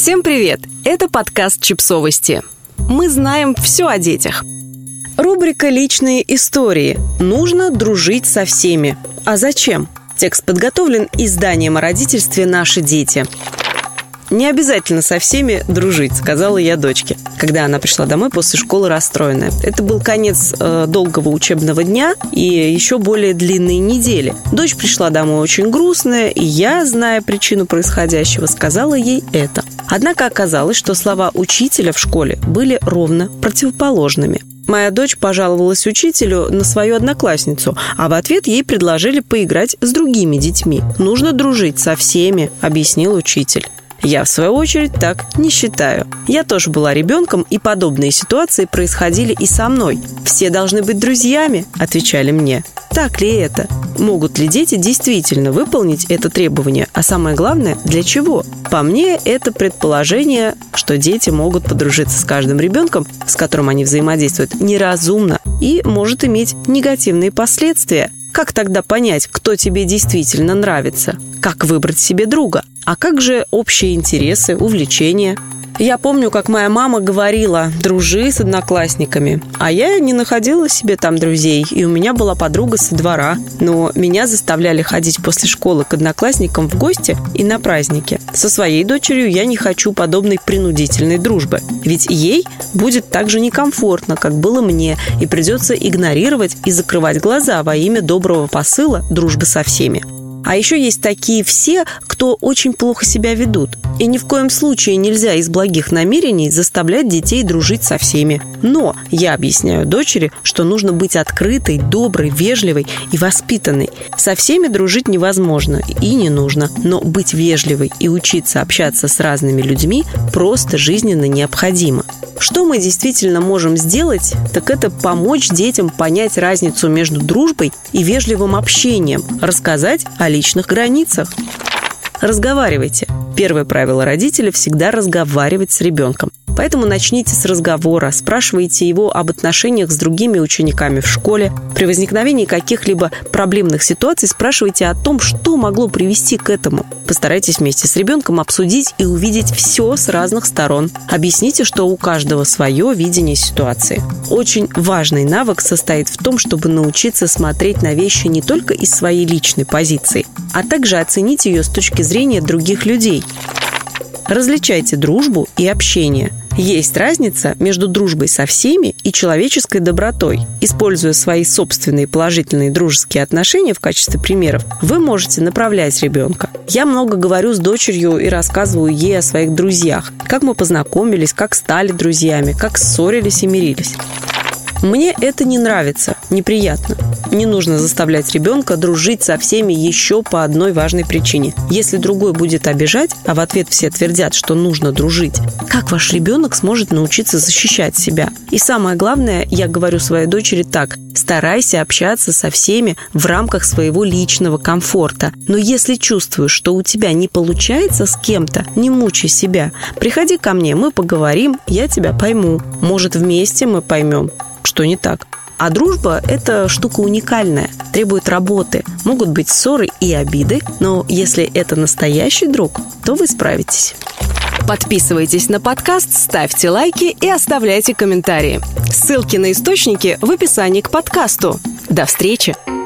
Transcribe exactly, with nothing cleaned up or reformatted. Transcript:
Всем привет! Это подкаст «Чипсовости». Мы знаем все о детях. Рубрика «Личные истории». Нужно дружить со всеми. А зачем? Текст подготовлен изданием о родительстве «Наши дети». «Не обязательно со всеми дружить», — сказала я дочке, когда она пришла домой после школы расстроенная. Это был конец э, долгого учебного дня и еще более длинной недели. Дочь пришла домой очень грустная, и я, зная причину происходящего, сказала ей это. Однако оказалось, что слова учителя в школе были ровно противоположными. Моя дочь пожаловалась учителю на свою одноклассницу, а в ответ ей предложили поиграть с другими детьми. «Нужно дружить со всеми», — объяснил учитель. Я, в свою очередь, так не считаю. Я тоже была ребенком, и подобные ситуации происходили и со мной. «Все должны быть друзьями», — отвечали мне. Так ли это? Могут ли дети действительно выполнить это требование? А самое главное, для чего? По мне, это предположение, что дети могут подружиться с каждым ребенком, с которым они взаимодействуют, неразумно и может иметь негативные последствия. Как тогда понять, кто тебе действительно нравится? Как выбрать себе друга? А как же общие интересы, увлечения? Я помню, как моя мама говорила: «Дружи с одноклассниками». А я не находила себе там друзей, и у меня была подруга со двора. Но меня заставляли ходить после школы к одноклассникам в гости и на праздники. Со своей дочерью я не хочу подобной принудительной дружбы. Ведь ей будет так же некомфортно, как было мне, и придется игнорировать и закрывать глаза во имя доброго посыла дружбы со всеми. А еще есть такие все, кто очень плохо себя ведут. И ни в коем случае нельзя из благих намерений заставлять детей дружить со всеми. Но я объясняю дочери, что нужно быть открытой, доброй, вежливой и воспитанной. Со всеми дружить невозможно и не нужно, но быть вежливой и учиться общаться с разными людьми просто жизненно необходимо. Что мы действительно можем сделать, так это помочь детям понять разницу между дружбой и вежливым общением, рассказать о личных границах. Разговаривайте. Первое правило родителя – всегда разговаривать с ребенком. Поэтому начните с разговора, спрашивайте его об отношениях с другими учениками в школе. При возникновении каких-либо проблемных ситуаций спрашивайте о том, что могло привести к этому. Постарайтесь вместе с ребенком обсудить и увидеть все с разных сторон. Объясните, что у каждого свое видение ситуации. Очень важный навык состоит в том, чтобы научиться смотреть на вещи не только из своей личной позиции, а также оценить ее с точки зрения других людей. Различайте дружбу и общение. Есть разница между дружбой со всеми и человеческой добротой. Используя свои собственные положительные дружеские отношения в качестве примеров, вы можете направлять ребенка. Я много говорю с дочерью и рассказываю ей о своих друзьях, как мы познакомились, как стали друзьями, как ссорились и мирились. Мне это не нравится, неприятно. Не нужно заставлять ребенка дружить со всеми еще по одной важной причине. Если другой будет обижать, а в ответ все твердят, что нужно дружить, как ваш ребенок сможет научиться защищать себя? И самое главное, я говорю своей дочери так: старайся общаться со всеми в рамках своего личного комфорта. Но если чувствуешь, что у тебя не получается с кем-то, не мучай себя. Приходи ко мне, мы поговорим, я тебя пойму. Может, вместе мы поймем, что не так. А дружба – это штука уникальная, требует работы. Могут быть ссоры и обиды, но если это настоящий друг, то вы справитесь. Подписывайтесь на подкаст, ставьте лайки и оставляйте комментарии. Ссылки на источники в описании к подкасту. До встречи!